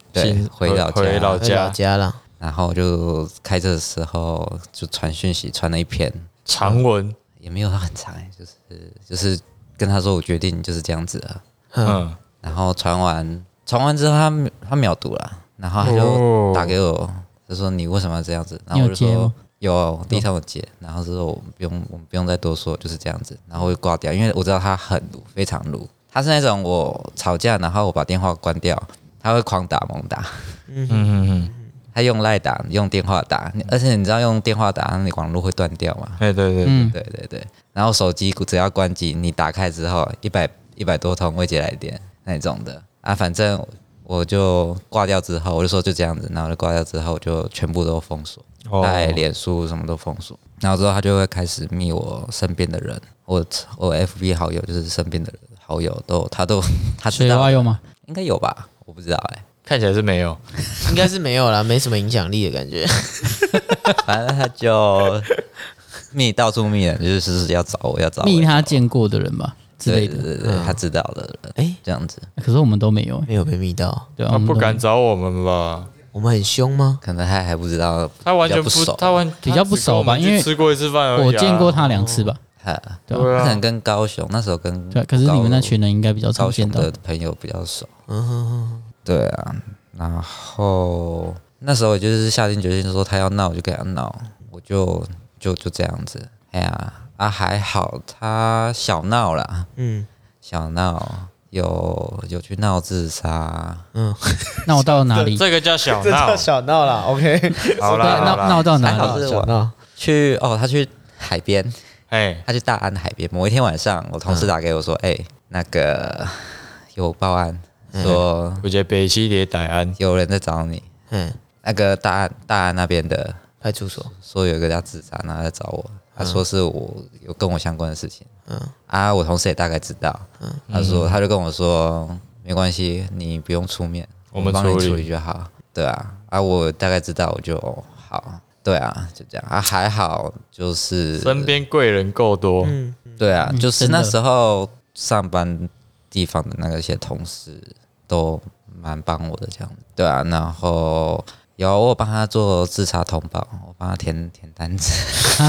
对，回老家， 回老回老家家了。 然后就开车的时候就传讯息，传了一篇长文， 也没有很长，就是就是跟他说我决定就是这样子了。 嗯， 然后传完传完之后他他秒读了，然后他就打给我，就说你为什么要这样子？然后我就说你有接吗有，第一场我接，然后就说我不用我们不用再多说，就是这样子，然后我就挂掉，因为我知道他很鲁，非常鲁，他是那种我吵架，然后我把电话关掉，他会狂打猛打。 嗯嗯嗯， 他用赖打，用电话打，而且你知道用电话打，你网络会断掉吗？ 哎，对对对， 嗯， 对对对。然后手机只要关机，你打开之后，一百一百多通未接来电那种的啊，反正我就挂掉之后，我就说就这样子，然后就挂掉之后，我就全部都封锁， 哦在脸书什么都封锁。然后之后他就会开始密我身边的人，我我 F B 好友就是身边的好友都他都他知道水蛙有吗？ 应该有吧？我不知道哎、 看起来是没有， 应该是没有啦，没什么影响力的感觉。 反正他就密到处密人，就是要找我要找我密他见过的人吧之类的。 对对对对，他知道的人， 哎， 这样子可是我们都没有、欸， 没有被密到， 对啊， 他不我们都敢找我们吧？ 我们很凶吗？ 可能他还不知道， 他完全不， 比较不熟他完比较不熟吧他只跟我们去因为吃过一次饭而已啊我见过他两次吧。 他对对啊他可能跟高雄那时候跟对，可是你们那群人应该比较常见到高雄的。朋友比较熟， 嗯哼哼， 对啊，然后那时候我就是下定决心说他要闹我就给他闹，我就就就这样子，哎呀啊还好他小闹啦， 嗯小闹有有去闹自杀， 嗯， 那我到哪里？ 这个叫小这叫闹， 小闹啦 OK， 好对闹啦好啦， 闹到哪里？ 还好是小闹， 去哦他去海边。 哎， 他去大安海边。某一天晚上，我同事打给我说：“哎、那个有报案说我觉得北西连逮安， 有人在找你。 嗯， 那个大安大安那边的派出所， 说有一个要自杀，然后在找我。他说是我有跟我相关的事情。 嗯啊，我同事也大概知道。他说他就跟我说没关系，你不用出面， 我们帮你处理处理就好。对啊，啊，我大概知道，我就、哦、好。对啊，就这样啊，还好就是身边贵人够多， 嗯， 对啊， 嗯就是真的那时候上班地方的那个些同事都蛮帮我的这样子。对啊，然后有我帮他做自杀通报，我帮他填填单子。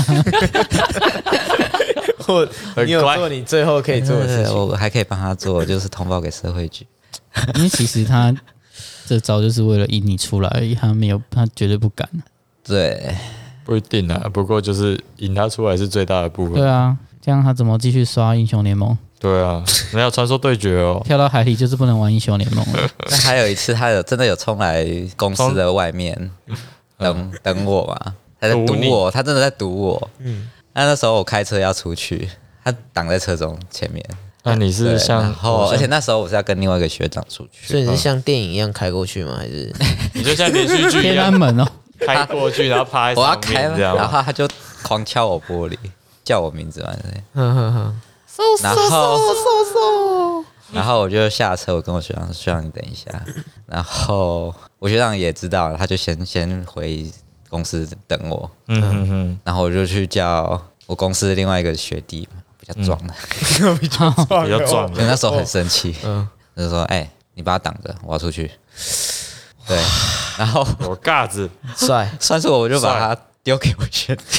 或你有很乖做你最后可以做的事情， 我还可以帮他做，就是通报给社会局。 因为其实他这招就是为了引你出来而已，他没有，他绝对不敢。 对， 不一定啊，不过就是引他出来是最大的部分。 对啊，这样他怎么继续刷英雄联盟？ 对啊，人家传说对决哦， 跳到海里就是不能玩英雄联盟了。 那还有一次，他有真的有冲来公司的外面等等我嘛？他在堵你堵我，他真的在堵我。 嗯， 那那时候我开车要出去，他挡在车中前面。 那你对是像， 然后而且那时候我是要跟另外一个学长出去， 所以你是像电影一样开过去吗？还是你就像连续剧一天安样门哦， 开过去，然后趴在上我要开面，这样然吗？ 后他就狂敲我玻璃，叫我名字嘛，对哼哼哼， 然后然后我就下车，我跟我学长学长你等一下，然后我学长也知道了，他就先先回公司等我， 嗯嗯嗯， 然后我就去叫我公司另外一个学弟比较壮的， 比较壮的， 因为那时候很生气， 嗯就是说哎、你把他挡着，我要出去，对，然后有架子， 帅， 算是我我就把他丢给我学弟，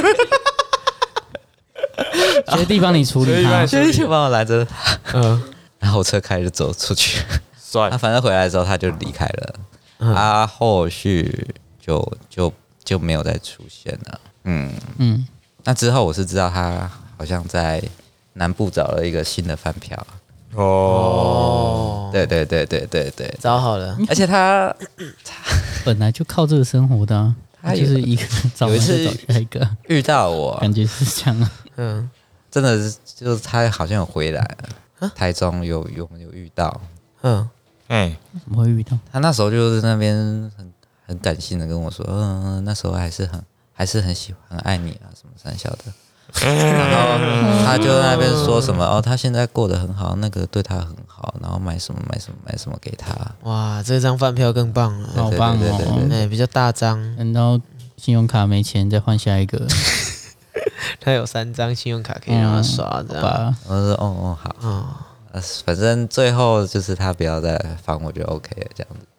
学弟帮你处理他。 学弟就帮我拦着他， 嗯然后我车开就走出去。 帅他、，反正回来之后他就离开了， 嗯啊，后续就就就没有再出现了。嗯， 嗯， 那之后我是知道他好像在南部找了一个新的饭票。 哦， 哦， 对对对对对对， 找好了， 而且他本来就靠这个生活的、啊， 他有就是一个找完有一次就找下一个， 遇到我， 感觉是这样啊。 嗯， 真的是就是他好像有回来了，台中有有有遇到。 嗯， 哎， 怎么会遇到？ 他那时候就是那边很很感性的跟我说，嗯，那时候还是很还是很喜欢很爱你啊，什么三小的。然后他就在那边说什么哦，他现在过得很好，那个对他很好，然后买什么买什么买什么给他。 哇，这张饭票更棒了， 好棒对对对对哦！ 哎，比较大张， 等到信用卡没钱再换下一个， 他有三张信用卡可以让他刷，这样， 吧？ 我说哦哦好， 哦， 呃反正最后就是他不要再烦我就 OK 了这样子。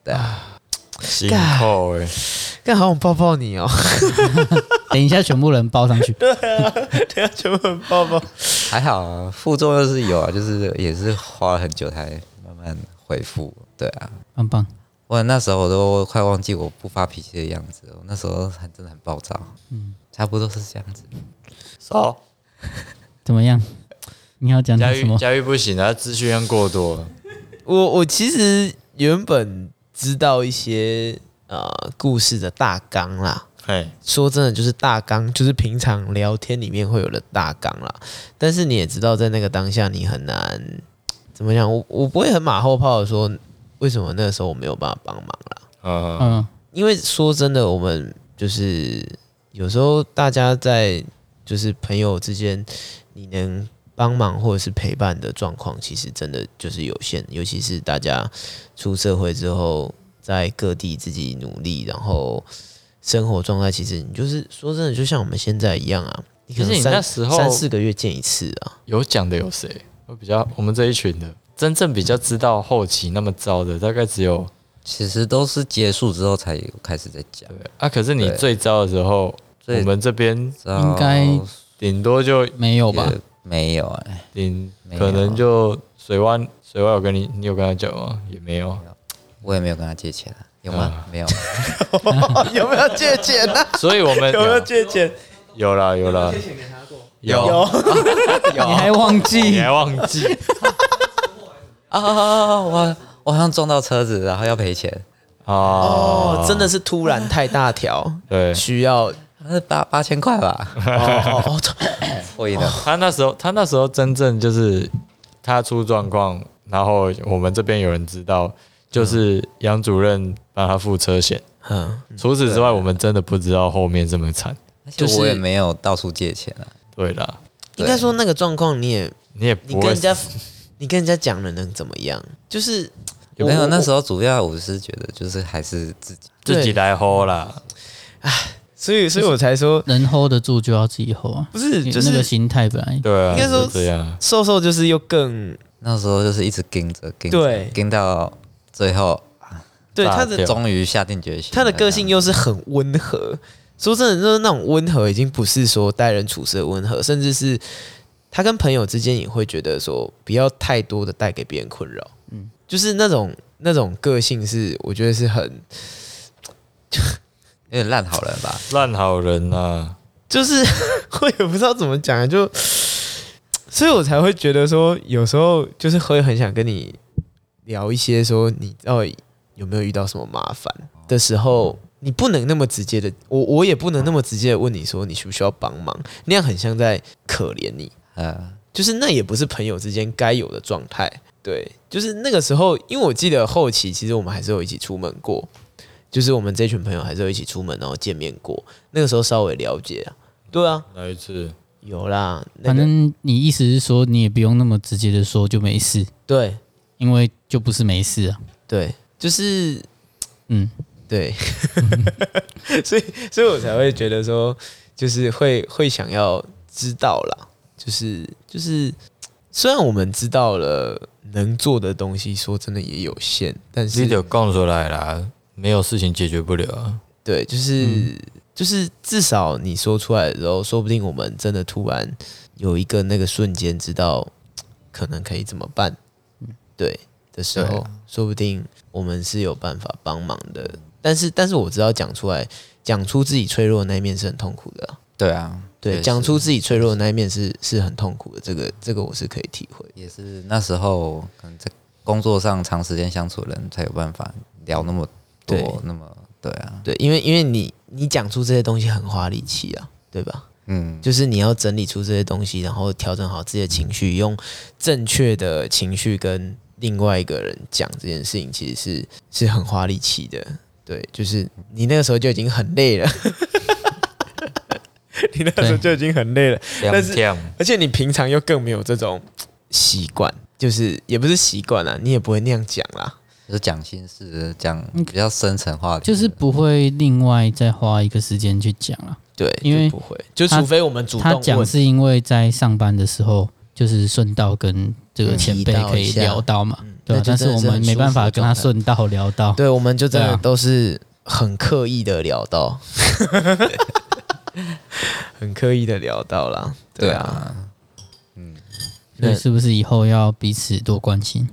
对啊， 辛苦哎， 干好想抱抱你哦！ 等一下全部人抱上去。 对啊，等一下全部人抱抱。 还好啊，副作用是有啊，就是也是花了很久才慢慢恢复。对啊， 棒棒。 我那时候我都快忘记我不发脾气的样子了，我那时候很真的很暴躁。嗯，差不多是这样子。 少怎么样？你要讲佳什么？ 玉佳玉不行啊，资讯量过多了。 我我其实原本知道一些呃故事的大纲啦。 嘿， 说真的，就是大纲，就是平常聊天里面会有的大纲啦。但是你也知道，在那个当下，你很难怎么讲？我我不会很马后炮的说，为什么那个时候我没有办法帮忙啦？ 嗯嗯， 因为说真的，我们就是有时候大家在就是朋友之间，你能帮忙或者是陪伴的状况，其实真的就是有限。尤其是大家出社会之后，在各地自己努力，然后生活状态，其实你就是说真的，就像我们现在一样啊。你可能可是你三那时候三四个月见一次啊。 有讲的有谁？我比较我们这一群的，真正比较知道后期那么糟的，大概只有其实都是结束之后才有开始在讲。 对啊。可是你对最糟的时候，我最们这边应该顶多就没有吧？ 也没有哎、 顶没有可能就水湾水湾有跟你，你有跟他讲吗？也没有。 我也没有跟他借钱啊，有吗？ 啊没有。 有没有借钱啊？ 所以我们有没有借钱？ 有啦有啦，有有你还忘你记？ 还忘记？ 啊啊啊！我我好像撞到车子，然后要赔钱， 哦，真的是突然太大条， 对。 需要是八八千块吧？ 哦哦哦， 我赢了。 他那时候，他那时候真正就是他出状况，然后我们这边有人知道，就是杨主任帮他付车险。 嗯， 除此之外，我们真的不知道后面这么惨。 就是我也没有到处借钱啊。 对啦， 应该说那个状况你也你也不会你跟人家你跟人家讲了能怎么样？就是没有，那时候候主要我是觉得就是还是自己。 自己来 hold 啦。 所以所以我才说能 hold 得住就要自己 hold 啊。 不是，就是那个心态本来对啊， 应该说是这样。 瘦瘦就是又更那时候就是一直盯着盯对着，盯到最后， 炸对他的掉终于下定决心。 他的个性又是很温和。说真的，就是那种温和，已经不是说待人处事的温和，甚至是他跟朋友之间也会觉得说，不要太多的带给别人困扰。嗯，就是那种那种个性是，我觉得是很， 有点烂好人吧。 烂好人啊， 就是我也不知道怎么讲啊，就所以我才会觉得说，有时候就是会很想跟你聊一些说，你到底有没有遇到什么麻烦的时候。你不能那么直接的，我我也不能那么直接的问你说你需不需要帮忙，那样很像在可怜你， 呃， 就是那也不是朋友之间该有的状态。对，就是那个时候，因为我记得后期其实我们还是有一起出门过，就是我们这群朋友还是有一起出门然后见面过，那个时候稍微了解啊。对啊， 哪一次？ 有啦，那反个正你意思是说，你也不用那么直接的说就没事， 对因为就不是没事啊。 对，就是嗯， 对，所以所以我才会觉得说，就是会会想要知道啦，就是就是，虽然我们知道了能做的东西，说真的也有限，但你是就讲出来啦，没有事情解决不了啊。 对，就是、 嗯就是至少你说出来的时候，说不定我们真的突然有一个那个瞬间知道可能可以怎么办，对的时候，说不定我们是有办法帮忙的。但是，但是我知道讲出来，讲出自己脆弱的那一面是很痛苦的啊、 对啊， 对， 确实讲出自己脆弱的那一面是是很痛苦的。这个这个我是可以体会。 也是那时候可能在工作上长时间相处的人才有办法聊那么多对， 那么对啊， 对，因为因为你你讲出这些东西很花力气啊，对吧？ 嗯， 就是你要整理出这些东西，然后调整好自己的情绪，用正确的情绪跟另外一个人讲这件事情，其实是是很花力气的。对，就是你那个时候就已经很累了，你那个时候就已经很累了，但是亮而且你平常又更没有这种习惯，就是也不是习惯啦，你也不会那样讲啦。 就是讲心事，讲比较深层话题， 就是不会另外再花一个时间去讲啊。 对， 因为就不会，就除非我们主他动问。 讲是因为在上班的时候，就是顺道跟这个前辈可以聊到嘛。 对啊， 那就但是我们没办法跟他顺道聊到， 对，我们就真的对啊都是很刻意的聊到，很刻意的聊到啦。对啊， 嗯， 所以是不是以后要彼此多关心？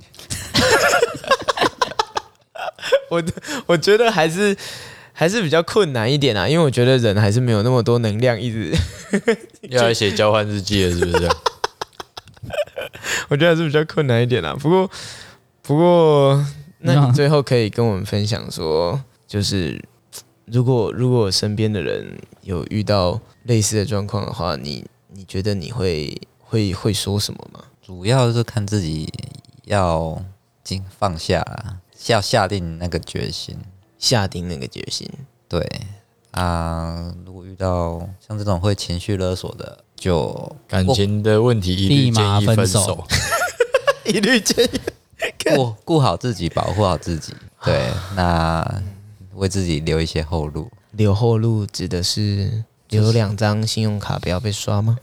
我我觉得还是还是比较困难一点啊，因为我觉得人还是没有那么多能量，一直要来写交换日记了，是不是？ 我觉得还是比较困难一点啦。不过不过，那你最后可以跟我们分享说，就是如果如果身边的人有遇到类似的状况的话，你你觉得你会会会说什么吗？ 主要是看自己要尽放下啦，要下定那个决心， 下定那个决心。 对啊，如果遇到像这种会情绪勒索的，就感情的问题一律建议分手， 一律建议顾顾好自己，保护好自己。对，那为自己留一些后路。 留后路指的是留两张信用卡不要被刷吗？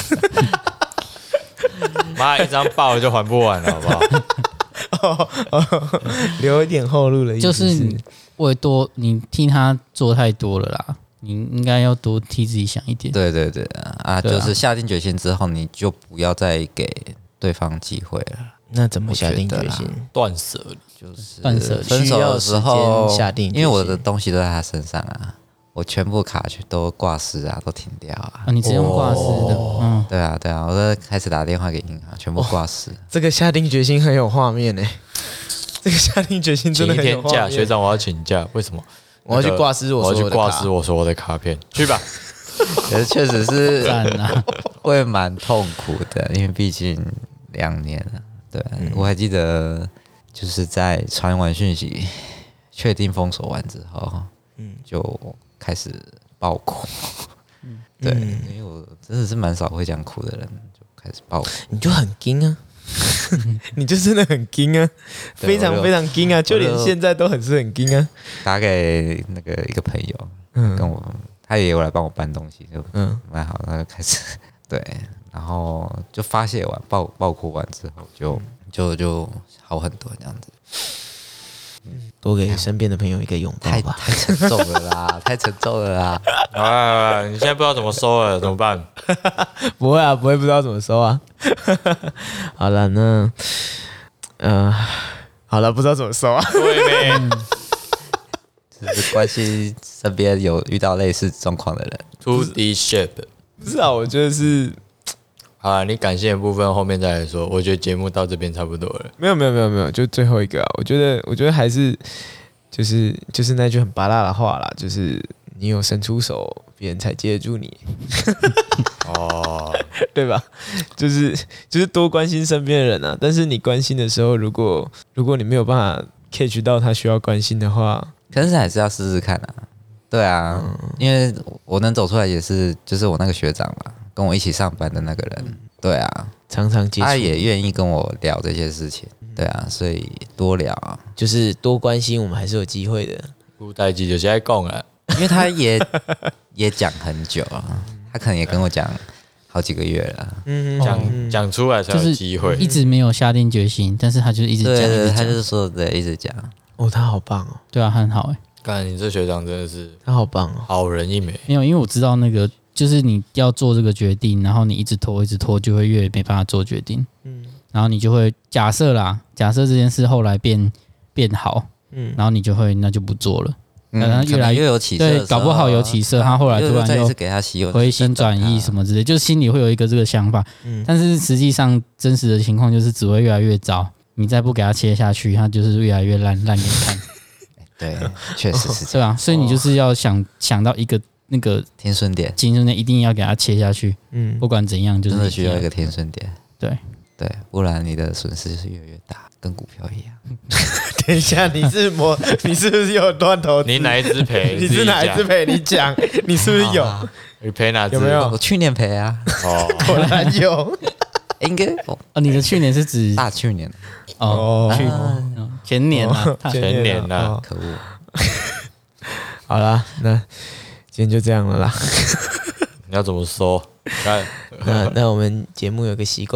妈一张爆了就还不完了，好不好？ 哦哦、留一点后路的意思就是你为多你替他做太多了啦，你应该要多替自己想一点。 对对对啊， 对啊就是下定决心之后，你就不要再给对方机会了。 那怎么下定决心？ 断舍离就是断舍离分手的时候下定决心， 因为我的东西都在他身上啊，我全部卡去都挂失啊，都停掉啊。 啊，你只用挂失的， 哦、 嗯， 对啊对啊，我都开始打电话给银行，全部挂失。 这个下定决心很有画面呢、欸，这个下定决心真的请一天假， 很有画面。 学长我要请假，为什么？ 我要去挂失我我要去挂所有的卡失我所有的卡片，去吧。 可是确实是赞啊！ 会蛮痛苦的，因为毕竟两年了。对，嗯、我还记得就是在传完讯息、确定封锁完之后，嗯，就开始爆哭。嗯、对，因为我真的是蛮少会讲哭的人，就开始爆哭。 你就很惊啊，你就真的很惊啊，非常非常惊啊，就连现在都很是很惊啊。 打给那个一个朋友，嗯，跟我，他也有来帮我搬东西，就嗯蛮好，那就开始对。然后就发泄完爆爆哭完之后就，就就就好很多这样子。 嗯，多给身边的朋友一个拥抱吧。 太太沉重了啦，太沉重了啦！ 啊，你现在不知道怎么收了，怎么办？ 不会啊，不会不知道怎么收啊。好了，那呃，好了，不知道怎么收啊。 对呗， 就是关心身边有遇到类似状况的人。 two D shape。 不是啊，我觉得是。 好啦，你感谢的部分后面再来说。我觉得节目到这边差不多了。 没有没有没有没有，就最后一个啊。我觉得我觉得还是就是就是那句很拔辣的话啦，就是你有伸出手，别人才接得住你。 哦， 对吧？就是就是多关心身边的人啊。但是你关心的时候，如果如果你没有办法 catch 到他需要关心的话， 可是还是要试试看啊。对啊，嗯、因为我能走出来也是就是我那个学长嘛。跟我一起上班的那个人，对啊， 常常接触， 他也愿意跟我聊这些事情，对啊，所以多聊啊， 就是多关心，我们还是有机会的。 古代记就现在讲了， 因为他也也讲很久啊，他可能也跟我讲好几个月了， 嗯， 讲讲出来才有机会， 一直没有下定决心，但是他就一直讲， 对对， 他就是说对，一直讲。 哦，他好棒哦， 对啊，很好哎、欸。 看你这学长真的是， 他好棒哦， 好人一枚。 没有，因为我知道那个。就是你要做这个决定，然后你一直拖，一直拖，就会越没办法做决定。嗯，然后你就会假设啦，假设这件事后来变变好，嗯，然后你就会那就不做了。 嗯， 然后越来越有起色， 对，搞不好有起色，他后来突然又给他希望， 回心转意什么之类，就是心里会有一个这个想法。嗯，但是实际上真实的情况就是只会越来越糟。你再不给他切下去，他就是越来越烂烂给你看。 对，确实是这样。对啊，所以你就是要想想到一个。那个天顺点， 天顺点一定要给它切下去，嗯，不管怎样，就是真的需要一个天顺点， 对对，不然你的损失是越来越大，跟股票一样。 等一下，你是我，你是不是有断头？ 你哪一支赔？ 你是哪一支赔？你讲，你是不是有？ 你赔哪支？ 有没有？ 我去年赔啊， 哦，果然有， 应该哦。你的去年是指大去年哦，去年前年啊， 前年啊， 可恶。 好啦，那。今天就这样了啦。 你要怎么说？ 那那我们节目有个习惯嘛，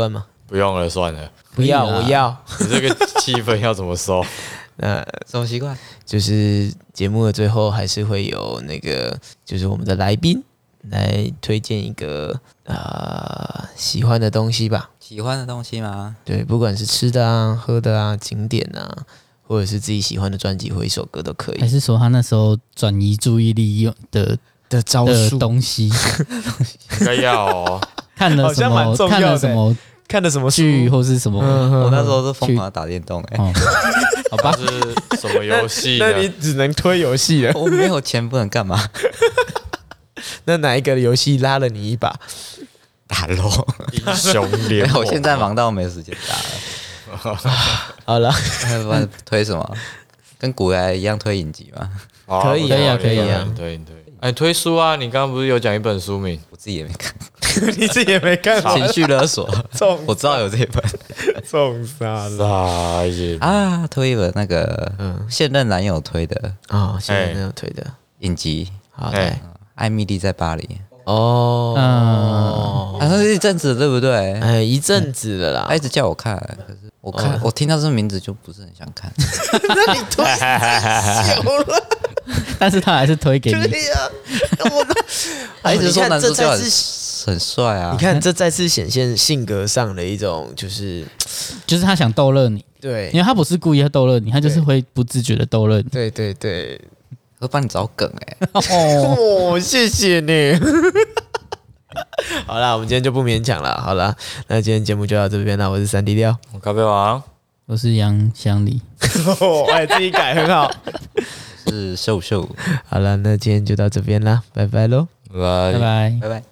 不用了，算了。 不要，我要。 你这个气氛要怎么收？ 那什么习惯？ 就是节目的最后还是会有那个，就是我们的来宾来推荐一个呃喜欢的东西吧。 喜欢的东西吗？ 对，不管是吃的啊、喝的啊、景点啊，或者是自己喜欢的专辑或一首歌都可以。 还是说他那时候转移注意力用的的招的数东西？ 应该要哦。 看了什好像蛮么？ 重要的看了什么看的什么剧或是什么？ 我那时候是疯狂地打电动哎、 哦，好吧， 是什么游戏呢？ 那你只能推游戏了。 我没有钱不能干嘛？ 那哪一个游戏拉了你一把？ 打咯。 英雄联盟。 我现在忙到没时间打了。 好了， 不然推什么？跟古来一样推影集吗？ 好可以可以啊可以啊推推。哎，推书啊！你刚刚不是有讲一本书名？ 我自己也没看。 你自己也没看情绪勒索， 中我知道有这一本中杀了傻眼啊，推一本那个嗯现任男友推的哦！现在没有推的， 影集， 好哎来艾米丽在巴黎， 哦， 嗯好像是一阵子对不对？ 哎，一阵子了啦他一。直叫我看，可是我看哦我听到这名字就不是很想看。 那你推久了， 但是他还是推给你。 对呀，我他一直说男主角很这再次很帅啊， 你看，这再次显现性格上的一种，就是就是他想逗乐你， 对因为他不是故意要逗乐你，他就是会不自觉的逗乐你。 对对对。 我帮你找梗哎、 哦， 哦，谢谢你。好啦，我们今天就不勉强了。好啦，那今天节目就到这边了。我是三 D 廖， 我咖啡王。 我是杨香里。 哎，自己改很好。 是瘦瘦， 好了，那今天就到这边啦，拜拜喽。 拜拜拜。 拜拜。